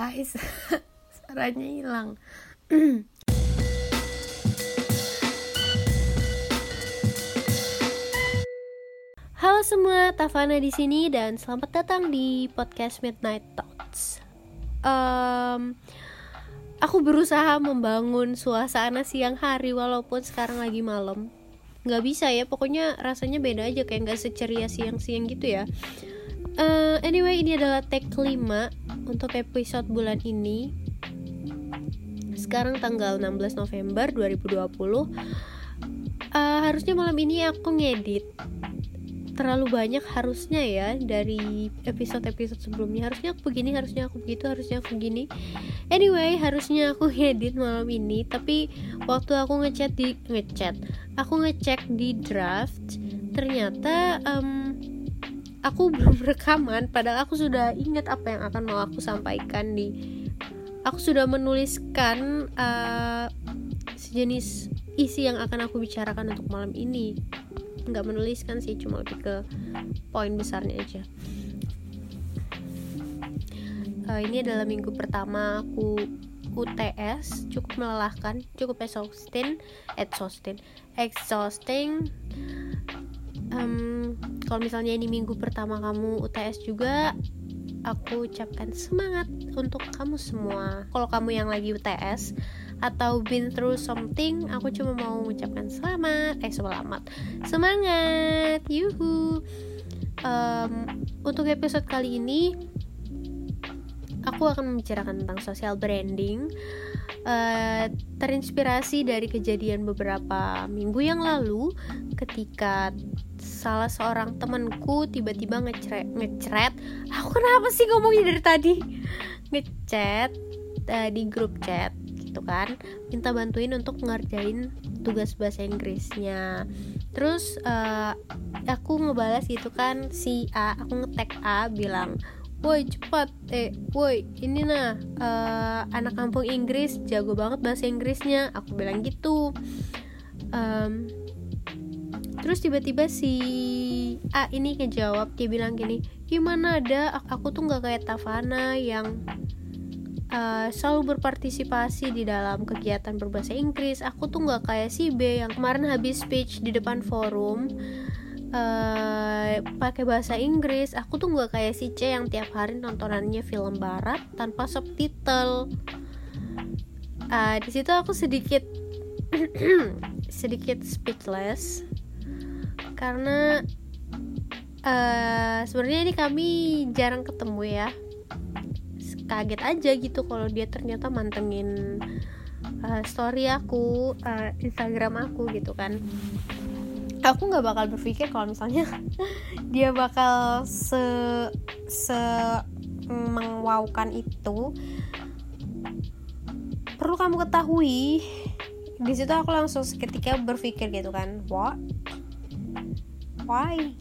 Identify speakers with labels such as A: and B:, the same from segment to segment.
A: Hai, suaranya hilang. Halo semua, Tavana di sini dan selamat datang di podcast Midnight Thoughts. Aku berusaha membangun suasana siang hari walaupun sekarang lagi malam. Nggak bisa ya, pokoknya rasanya beda aja, kayak nggak seceria siang-siang gitu ya. Anyway, ini adalah take 5 untuk episode bulan ini. Sekarang tanggal 16 November 2020. Harusnya malam ini aku ngedit. Terlalu banyak harusnya ya dari episode-episode sebelumnya. Harusnya aku begini, harusnya aku begitu, harusnya aku begini. Anyway, harusnya aku ngedit malam ini, tapi waktu aku ngecek di draft, ternyata aku belum rekaman, padahal aku sudah ingat apa yang akan mau aku sampaikan aku sudah menuliskan sejenis isi yang akan aku bicarakan untuk malam ini. Nggak menuliskan sih, cuma lebih ke poin besarnya aja. Ini adalah minggu pertama aku UTS, cukup melelahkan, cukup exhausting. Kalau misalnya ini minggu pertama kamu UTS juga, aku ucapkan semangat untuk kamu semua. Kalau kamu yang lagi UTS atau been through something, aku cuma mau mengucapkan semangat, yuhu. Untuk episode kali ini, aku akan membicarakan tentang social branding. Terinspirasi dari kejadian beberapa minggu yang lalu ketika salah seorang temanku tiba-tiba ngechat. Aku kenapa sih ngomongnya dari tadi? Ngechat di grup chat gitu kan, minta bantuin untuk ngerjain tugas bahasa Inggrisnya. Terus aku ngebalas gitu kan, si A, aku nge-tag A bilang, woi cepat, woi ini anak kampung Inggris jago banget bahasa Inggrisnya, aku bilang gitu. Terus tiba-tiba si A ini ngejawab, dia bilang gini, gimana ada, aku tuh gak kayak Tavana yang selalu berpartisipasi di dalam kegiatan berbahasa Inggris. Aku tuh gak kayak si B yang kemarin habis speech di depan forum pakai bahasa Inggris. Aku tuh gak kayak si C yang tiap hari nontonannya film barat tanpa subtitle. Di situ aku sedikit speechless karena sebenarnya ini kami jarang ketemu ya. Kaget aja gitu kalau dia ternyata mantengin story aku, Instagram aku gitu kan. Aku nggak bakal berpikir kalau misalnya dia bakal mengwowkan itu. Perlu kamu ketahui, di situ aku langsung seketika berpikir gitu kan, what? Why?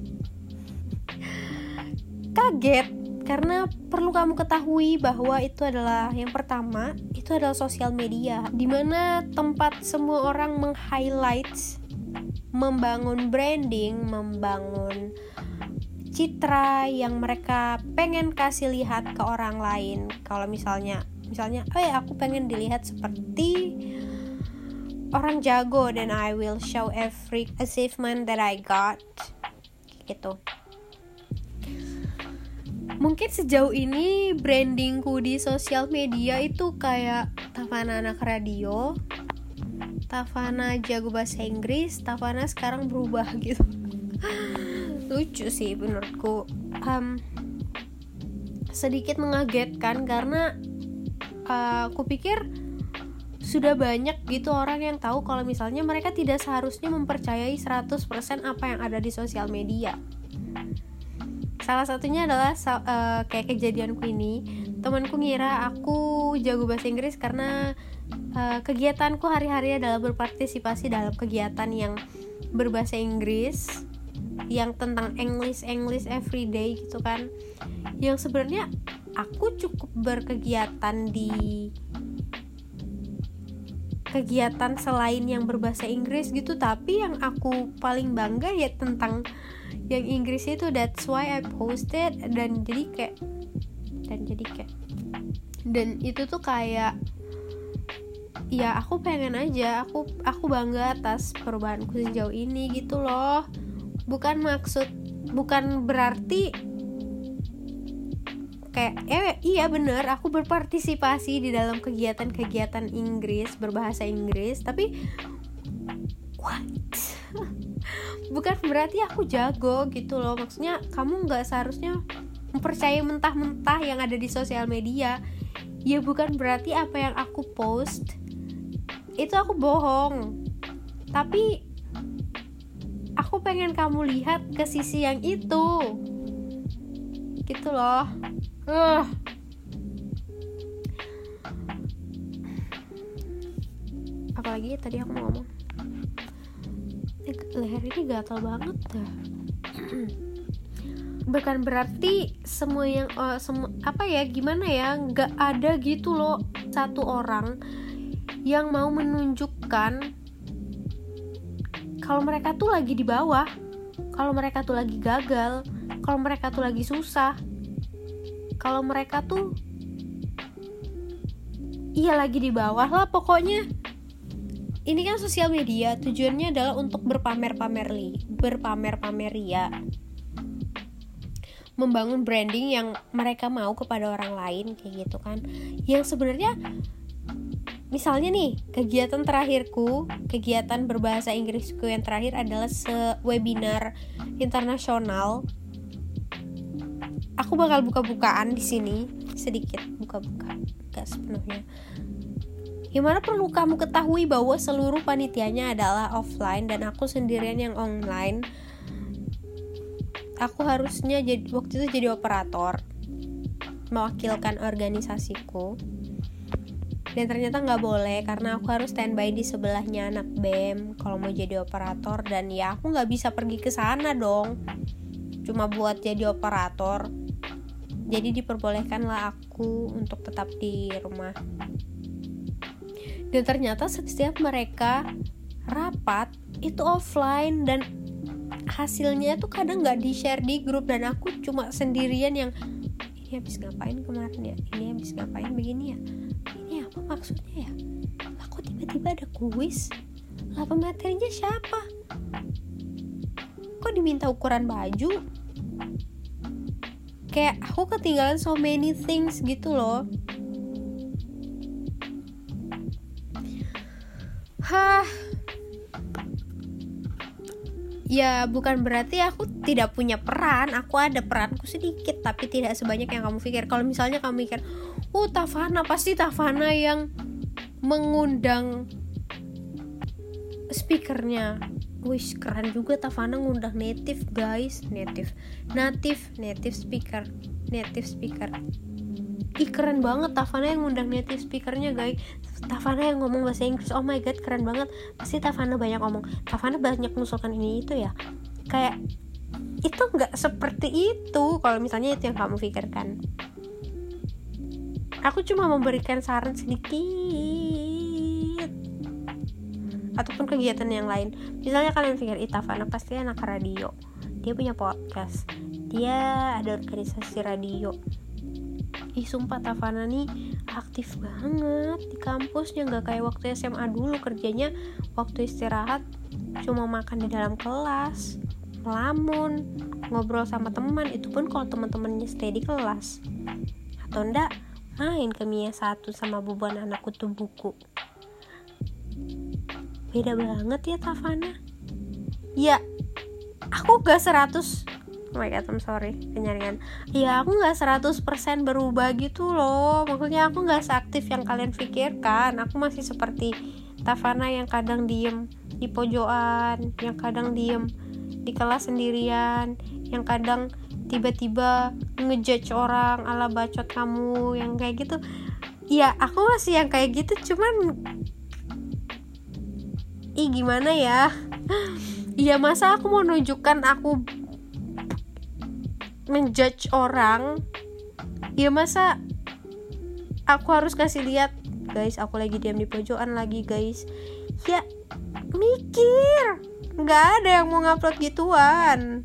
A: Kaget, karena perlu kamu ketahui bahwa itu adalah, yang pertama, itu adalah sosial media, dimana tempat semua orang meng-highlight, membangun branding, membangun citra yang mereka pengen kasih lihat ke orang lain. Kalau misalnya, aku pengen dilihat seperti orang jago, then I will show every achievement that I got, gitu. Mungkin sejauh ini brandingku di sosial media itu kayak Tavana anak radio, Tavana jago bahasa Inggris, Tavana sekarang berubah gitu. Lucu sih menurutku. Sedikit mengagetkan karena aku pikir sudah banyak gitu orang yang tahu kalau misalnya mereka tidak seharusnya mempercayai 100% apa yang ada di sosial media. Salah satunya adalah kayak kejadianku ini. Temanku ngira aku jago bahasa Inggris karena kegiatanku hari-hari adalah berpartisipasi dalam kegiatan yang berbahasa Inggris, yang tentang English everyday gitu kan. Yang sebenarnya aku cukup berkegiatan di kegiatan selain yang berbahasa Inggris gitu, tapi yang aku paling bangga ya tentang yang Inggris itu. That's why I posted. Dan jadi kayak Dan itu tuh kayak ya aku pengen aja, aku bangga atas perubahanku sejauh ini gitu loh. Bukan berarti kayak iya bener aku berpartisipasi di dalam kegiatan Inggris, berbahasa Inggris, tapi what? Bukan berarti aku jago gitu loh. Maksudnya kamu gak seharusnya mempercayai mentah-mentah yang ada di sosial media. Ya bukan berarti apa yang aku post itu aku bohong, tapi aku pengen kamu lihat ke sisi yang itu gitu loh. Apalagi tadi aku mau ngomong, leher ini gatal banget dah. Bukan berarti semua yang gimana ya, nggak ada gitu loh satu orang yang mau menunjukkan kalau mereka tuh lagi di bawah, kalau mereka tuh lagi gagal, kalau mereka tuh lagi susah, kalau mereka tuh lagi di bawah lah pokoknya. Ini kan sosial media tujuannya adalah untuk berpamer ria, membangun branding yang mereka mau kepada orang lain kayak gitu kan. Yang sebenarnya misalnya nih, kegiatan berbahasa Inggrisku yang terakhir adalah webinar internasional. Aku bakal buka-bukaan di sini sedikit, buka-buka, gak sepenuhnya. Yang mana perlu kamu ketahui bahwa seluruh panitianya adalah offline dan aku sendirian yang online. Aku harusnya waktu itu jadi operator, mewakilkan organisasiku. Dan ternyata gak boleh karena aku harus standby di sebelahnya anak BEM kalau mau jadi operator. Dan ya aku gak bisa pergi ke sana dong, cuma buat jadi operator. Jadi diperbolehkanlah aku untuk tetap di rumah. Dan ternyata setiap mereka rapat itu offline dan hasilnya tuh kadang gak di-share di grup. Dan aku cuma sendirian yang ini habis ngapain kemarin ya, ini habis ngapain begini ya, ini apa maksudnya ya, lah kok tiba-tiba ada kuis, lah pematerinya siapa, kok diminta ukuran baju, kayak aku ketinggalan so many things gitu loh. Ya bukan berarti aku tidak punya peran, aku ada peranku sedikit tapi tidak sebanyak yang kamu pikir. Kalau misalnya kamu mikir, Tafana, pasti Tafana yang mengundang speakernya. Wih keren juga Tafana ngundang native speaker. Ih keren banget Tafana yang ngundang native speakernya guys. Tafana yang ngomong bahasa Inggris, oh my god keren banget. Pasti Tafana banyak ngomong, Tafana banyak mengusulkan ini itu ya. Kayak itu gak seperti itu kalau misalnya itu yang kamu pikirkan. Aku cuma memberikan saran sedikit. Ataupun kegiatan yang lain. Misalnya kalian pikir, Tafana pasti anak radio, dia punya podcast, dia ada organisasi radio. Sumpah Tafana nih aktif banget di kampusnya, gak kayak waktu SMA dulu kerjanya waktu istirahat cuma makan di dalam kelas, melamun, ngobrol sama teman, itu pun kalau teman-temannya stay di kelas, atau enggak main ke Mia 1 sama bubuan anak kutu buku. Beda banget ya Tafana. Ya aku gak 100, oh my god, I'm sorry, penyaringan. Ya aku gak 100% berubah gitu loh. Maksudnya aku gak seaktif yang kalian pikirkan. Aku masih seperti Tafana yang kadang diem di pojokan, yang kadang diem di kelas sendirian, yang kadang tiba-tiba ngejudge orang ala bacot kamu, yang kayak gitu. Ya aku masih yang kayak gitu, cuman gimana ya. Ya masa aku mau nunjukkan aku menjudge orang, ya masa aku harus kasih lihat guys aku lagi diam di pojokan lagi guys. Ya mikir, nggak ada yang mau ngupload gituan,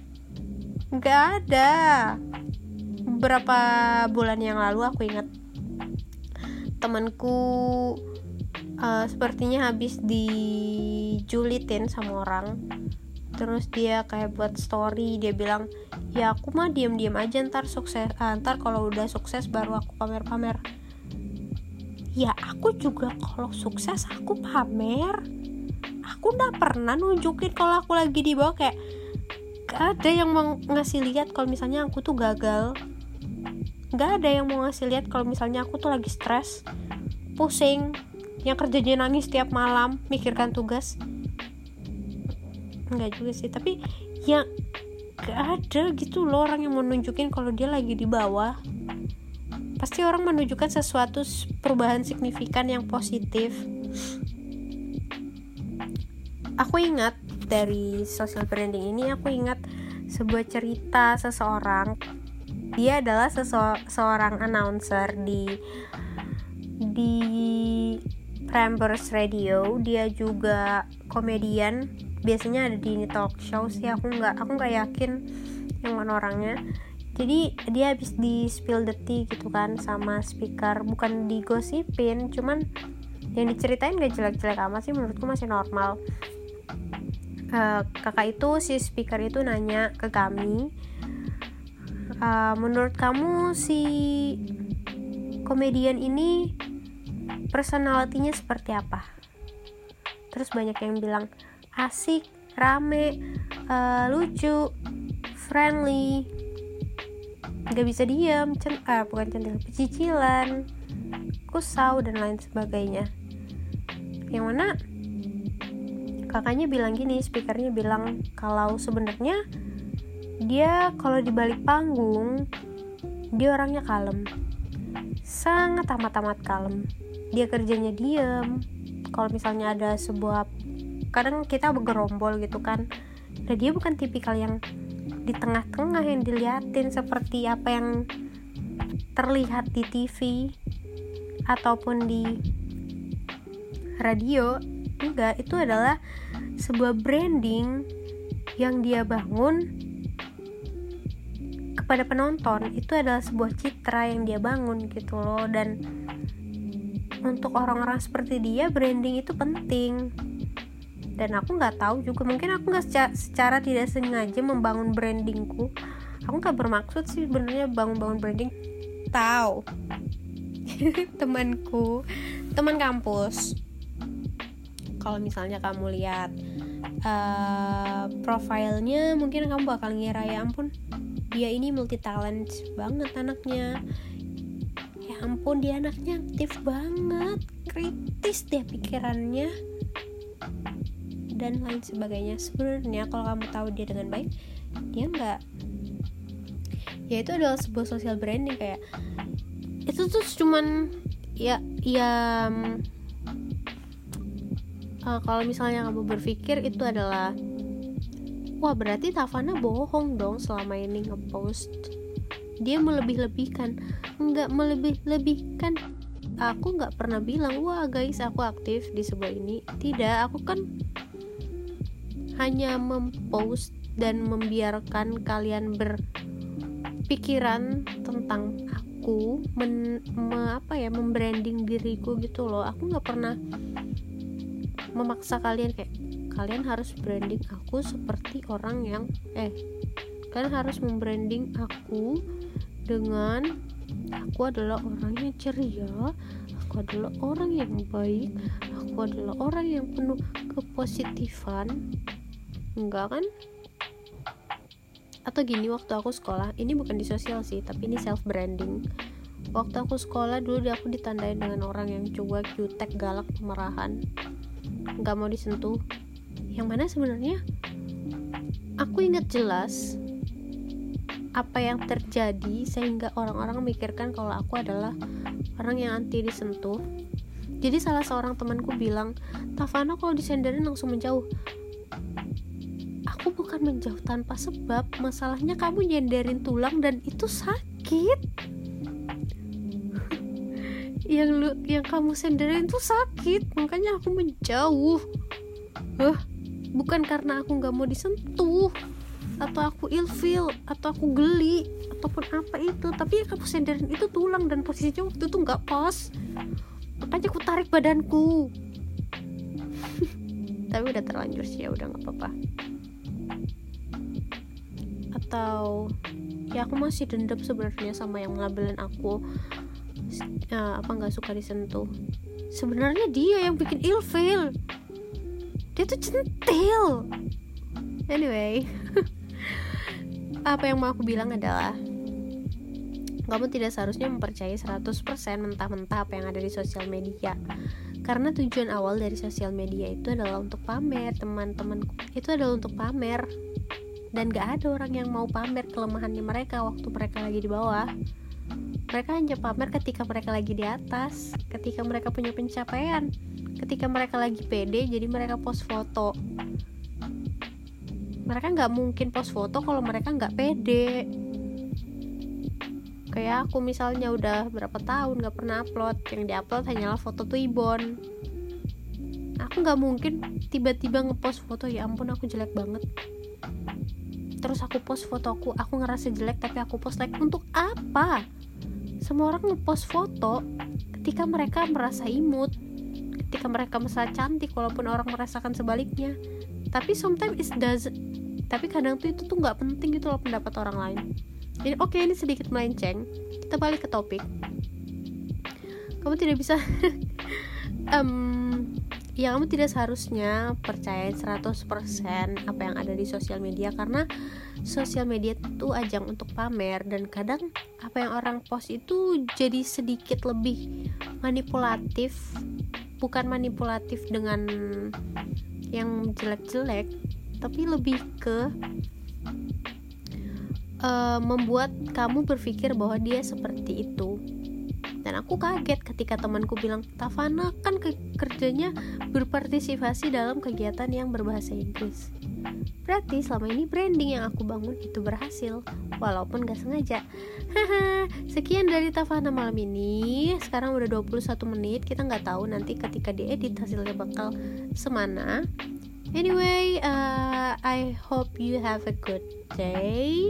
A: nggak ada. Beberapa bulan yang lalu aku ingat temanku sepertinya habis dijulitin sama orang. Terus dia kayak buat story, dia bilang, ya aku mah diam-diam aja, ntar kalau udah sukses baru aku pamer-pamer. Ya aku juga kalau sukses aku pamer. Aku gak pernah nunjukin kalau aku lagi di bawah, kayak gak ada yang mau ngasih lihat kalau misalnya aku tuh gagal. Gak ada yang mau ngasih lihat kalau misalnya aku tuh lagi stres, pusing, yang kerjanya nangis tiap malam mikirkan tugas. Enggak juga sih, tapi ya gak ada gitu loh orang yang mau nunjukin kalau dia lagi di bawah. Pasti orang menunjukkan sesuatu perubahan signifikan yang positif. Aku ingat dari social branding ini, aku ingat sebuah cerita seseorang. Dia adalah seorang announcer di Prambors Radio. Dia juga komedian, biasanya ada di talk show sih. Aku nggak yakin yang mana orangnya. Jadi dia habis di spill the tea gitu kan sama speaker, bukan digosipin, cuman yang diceritain gak jelek-jelek amat sih, menurutku masih normal. Kakak itu, si speaker itu nanya ke kami, menurut kamu si komedian ini personalitinya seperti apa? Terus banyak yang bilang asik, rame, lucu, friendly, gak bisa diam, bukan centil, pecicilan, kusau, dan lain sebagainya. Yang mana kakaknya bilang gini, speakernya bilang kalau sebenarnya dia kalau di balik panggung dia orangnya kalem, sangat amat kalem. Dia kerjanya diam. Kalau misalnya ada sebuah, kadang kita bergerombol gitu kan, nah dia bukan tipikal yang di tengah-tengah yang diliatin seperti apa yang terlihat di TV ataupun di radio. Enggak, itu adalah sebuah branding yang dia bangun kepada penonton. Itu adalah sebuah citra yang dia bangun gitu loh. Dan untuk orang-orang seperti dia, branding itu penting. Dan aku nggak tahu juga, mungkin aku nggak secara tidak sengaja membangun brandingku. Aku nggak bermaksud sih sebenarnya bangun branding. Tahu temanku, teman kampus, kalau misalnya kamu lihat profilnya, mungkin kamu bakal ngira, ya ampun dia ini multi talent banget anaknya, ya ampun dia anaknya aktif banget, kritis deh pikirannya, dan lain sebagainya. Sebenarnya kalau kamu tahu dia dengan baik, dia enggak. Ya itu adalah sebuah social branding, kayak itu tuh cuman kalau misalnya kamu berpikir itu adalah, wah berarti Tavana bohong dong selama ini ngepost, dia melebih-lebihkan. Enggak melebih-lebihkan. Aku nggak pernah bilang, wah guys aku aktif di sebuah ini. Tidak, aku kan hanya mempost dan membiarkan kalian berpikiran tentang aku, membranding diriku gitu loh. Aku nggak pernah memaksa kalian kayak kalian harus branding aku seperti orang yang kalian harus membranding aku dengan aku adalah orang yang ceria, aku adalah orang yang baik, aku adalah orang yang penuh kepositifan. Enggak kan? Atau gini, waktu aku sekolah, ini bukan di sosial sih, tapi ini self branding. Waktu aku sekolah dulu, aku ditandain dengan orang yang cuek, jutek, galak, pemarahan, nggak mau disentuh. Yang mana sebenarnya aku ingat jelas apa yang terjadi sehingga orang-orang memikirkan kalau aku adalah orang yang anti disentuh. Jadi salah seorang temanku bilang, Tavana kalau disenderin langsung menjauh. Aku bukan menjauh tanpa sebab, masalahnya kamu nyenderin tulang dan itu sakit. yang kamu senderin itu sakit, makanya aku menjauh. Bukan karena aku nggak mau disentuh. atau aku ilfeel atau aku geli ataupun apa itu, tapi yang kamu senderin itu tulang dan posisinya waktu itu nggak pas, makanya aku tarik badanku. Tapi udah terlanjur sih, ya udah nggak apa-apa. Atau ya aku masih dendam sebenarnya sama yang ngabelin aku nggak suka disentuh. Sebenarnya dia yang bikin ilfeel, dia tuh centil. Anyway, apa yang mau aku bilang adalah kamu tidak seharusnya mempercayai 100% mentah-mentah apa yang ada di sosial media. Karena tujuan awal dari sosial media itu adalah untuk pamer, teman-temanku. Itu adalah untuk pamer. Dan gak ada orang yang mau pamer kelemahannya mereka waktu mereka lagi di bawah. Mereka hanya pamer ketika mereka lagi di atas, ketika mereka punya pencapaian, ketika mereka lagi pede, jadi mereka post foto. Mereka gak mungkin post foto kalau mereka gak pede. Kayak aku misalnya udah berapa tahun gak pernah upload, yang diupload hanyalah foto Twibbon. Aku gak mungkin tiba-tiba ngepost foto, ya ampun aku jelek banget, terus aku post foto aku ngerasa jelek tapi aku post like. Untuk apa? Semua orang ngepost foto ketika mereka merasa imut, ketika mereka merasa cantik, walaupun orang merasakan sebaliknya. Tapi sometimes it doesn't. Tapi kadang tuh itu tuh nggak penting gitu loh pendapat orang lain. Jadi oke, ini sedikit melenceng, kita balik ke topik. Kamu tidak bisa ya kamu tidak seharusnya percaya 100% apa yang ada di sosial media, karena sosial media itu ajang untuk pamer, dan kadang apa yang orang post itu jadi sedikit lebih manipulatif. Bukan manipulatif dengan yang jelek-jelek, tapi lebih ke membuat kamu berpikir bahwa dia seperti itu. Dan aku kaget ketika temanku bilang, Tafana kan kerjanya berpartisipasi dalam kegiatan yang berbahasa Inggris. Berarti selama ini branding yang aku bangun itu berhasil, walaupun gak sengaja. Sekian dari Tafana malam ini. Sekarang udah 21 menit. Kita gak tahu nanti ketika diedit hasilnya bakal semana. Anyway, I hope you have a good day.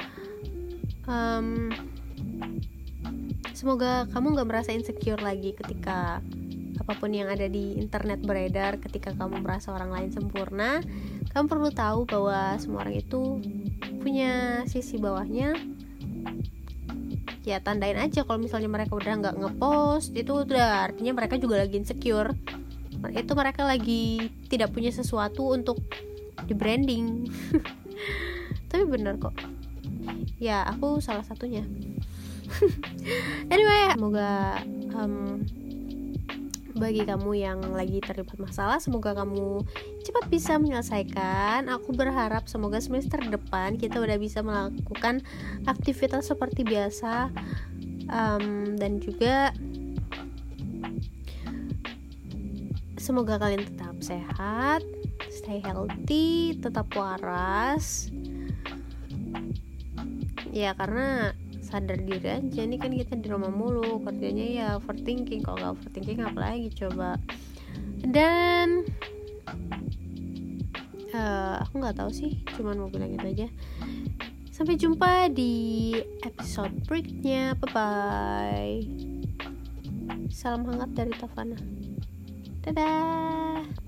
A: Semoga kamu gak merasa insecure lagi ketika apapun yang ada di internet beredar. Ketika kamu merasa orang lain sempurna, kamu perlu tahu bahwa semua orang itu punya sisi bawahnya. Ya tandain aja kalau misalnya mereka udah gak ngepost, itu udah artinya mereka juga lagi insecure. Itu mereka lagi tidak punya sesuatu untuk di branding. Tapi bener kok. Ya aku salah satunya. Anyway, semoga bagi kamu yang lagi terlibat masalah, semoga kamu cepat bisa menyelesaikan. Aku berharap semoga semester depan kita udah bisa melakukan aktivitas seperti biasa, dan juga semoga kalian tetap sehat, stay healthy, tetap waras. Ya karena sadar diri aja, ini kan kita di rumah mulu, kerjanya ya overthinking. Kalau nggak overthinking apalagi coba. Dan aku nggak tahu sih, cuman mau bilang itu aja. Sampai jumpa di episode berikutnya. Bye bye. Salam hangat dari Tafana. Dadah.